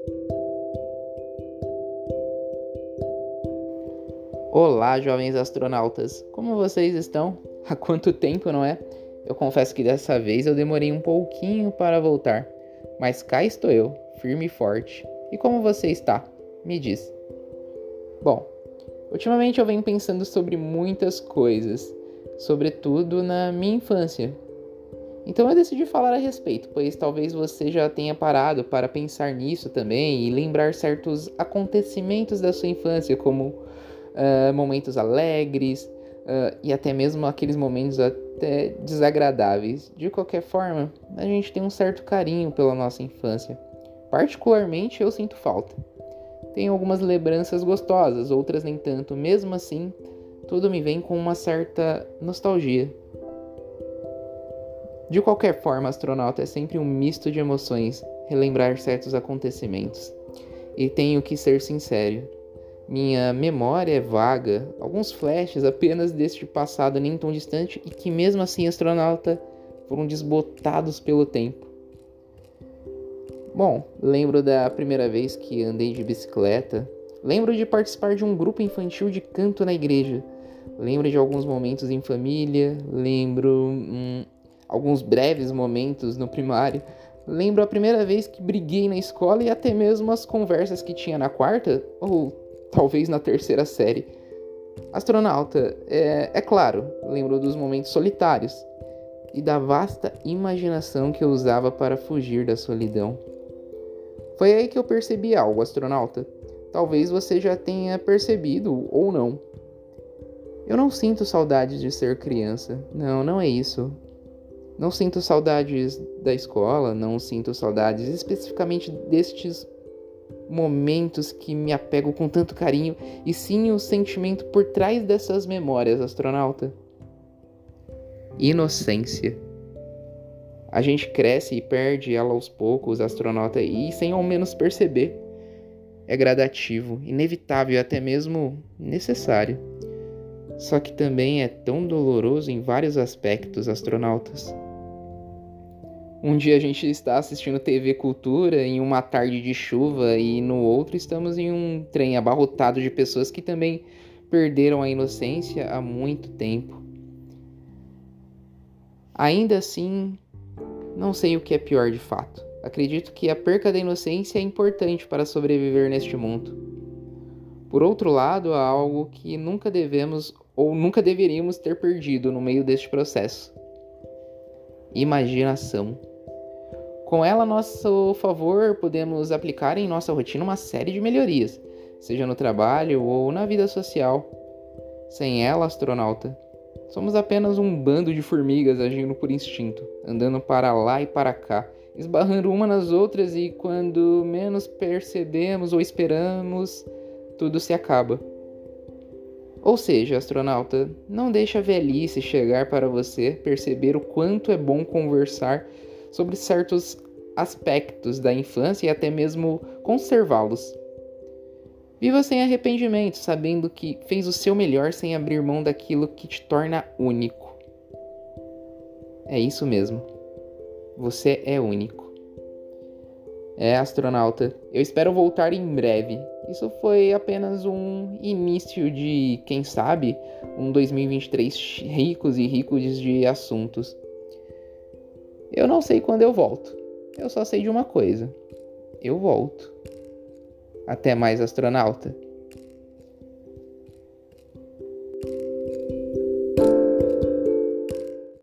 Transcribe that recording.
Olá, jovens astronautas! Como vocês estão? Há quanto tempo, não é? Eu confesso que dessa vez eu demorei um pouquinho para voltar, mas cá estou eu, firme e forte. E como você está? Me diz. Bom, ultimamente eu venho pensando sobre muitas coisas, sobretudo na minha infância. Então eu decidi falar a respeito, pois talvez você já tenha parado para pensar nisso também e lembrar certos acontecimentos da sua infância, como momentos alegres e até mesmo aqueles momentos até desagradáveis. De qualquer forma, a gente tem um certo carinho pela nossa infância. Particularmente eu sinto falta. Tenho algumas lembranças gostosas, outras nem tanto. Mesmo assim, tudo me vem com uma certa nostalgia. De qualquer forma, astronauta é sempre um misto de emoções, relembrar certos acontecimentos. E tenho que ser sincero, minha memória é vaga, alguns flashes apenas deste passado nem tão distante e que mesmo assim, astronauta, foram desbotados pelo tempo. Bom, lembro da primeira vez que andei de bicicleta, lembro de participar de um grupo infantil de canto na igreja, lembro de alguns momentos em família, lembro alguns breves momentos no primário, lembro a primeira vez que briguei na escola e até mesmo as conversas que tinha na quarta ou talvez na terceira série. Astronauta, é claro, lembro dos momentos solitários e da vasta imaginação que eu usava para fugir da solidão. Foi aí que eu percebi algo, astronauta. Talvez você já tenha percebido ou não. Eu não sinto saudades de ser criança. Não, não é isso. Não sinto saudades da escola, não sinto saudades especificamente destes momentos que me apego com tanto carinho, e sim o sentimento por trás dessas memórias, astronauta. Inocência. A gente cresce e perde ela aos poucos, astronauta, e sem ao menos perceber. É gradativo, inevitável e até mesmo necessário. Só que também é tão doloroso em vários aspectos, astronautas. Um dia a gente está assistindo TV Cultura em uma tarde de chuva e no outro estamos em um trem abarrotado de pessoas que também perderam a inocência há muito tempo. Ainda assim, não sei o que é pior de fato. Acredito que a perca da inocência é importante para sobreviver neste mundo. Por outro lado, há algo que nunca devemos ou nunca deveríamos ter perdido no meio deste processo: imaginação. Com ela a nosso favor, podemos aplicar em nossa rotina uma série de melhorias, seja no trabalho ou na vida social. Sem ela, astronauta, somos apenas um bando de formigas agindo por instinto, andando para lá e para cá, esbarrando uma nas outras e quando menos percebemos ou esperamos, tudo se acaba. Ou seja, astronauta, não deixe a velhice chegar para você perceber o quanto é bom conversar sobre certos aspectos da infância e até mesmo conservá-los. Viva sem arrependimento, sabendo que fez o seu melhor sem abrir mão daquilo que te torna único. É isso mesmo. Você é único. Astronauta, eu espero voltar em breve. Isso foi apenas um início de, quem sabe, um 2023 ricos e ricos de assuntos. Eu não sei quando eu volto. Eu só sei de uma coisa. Eu volto. Até mais, astronauta.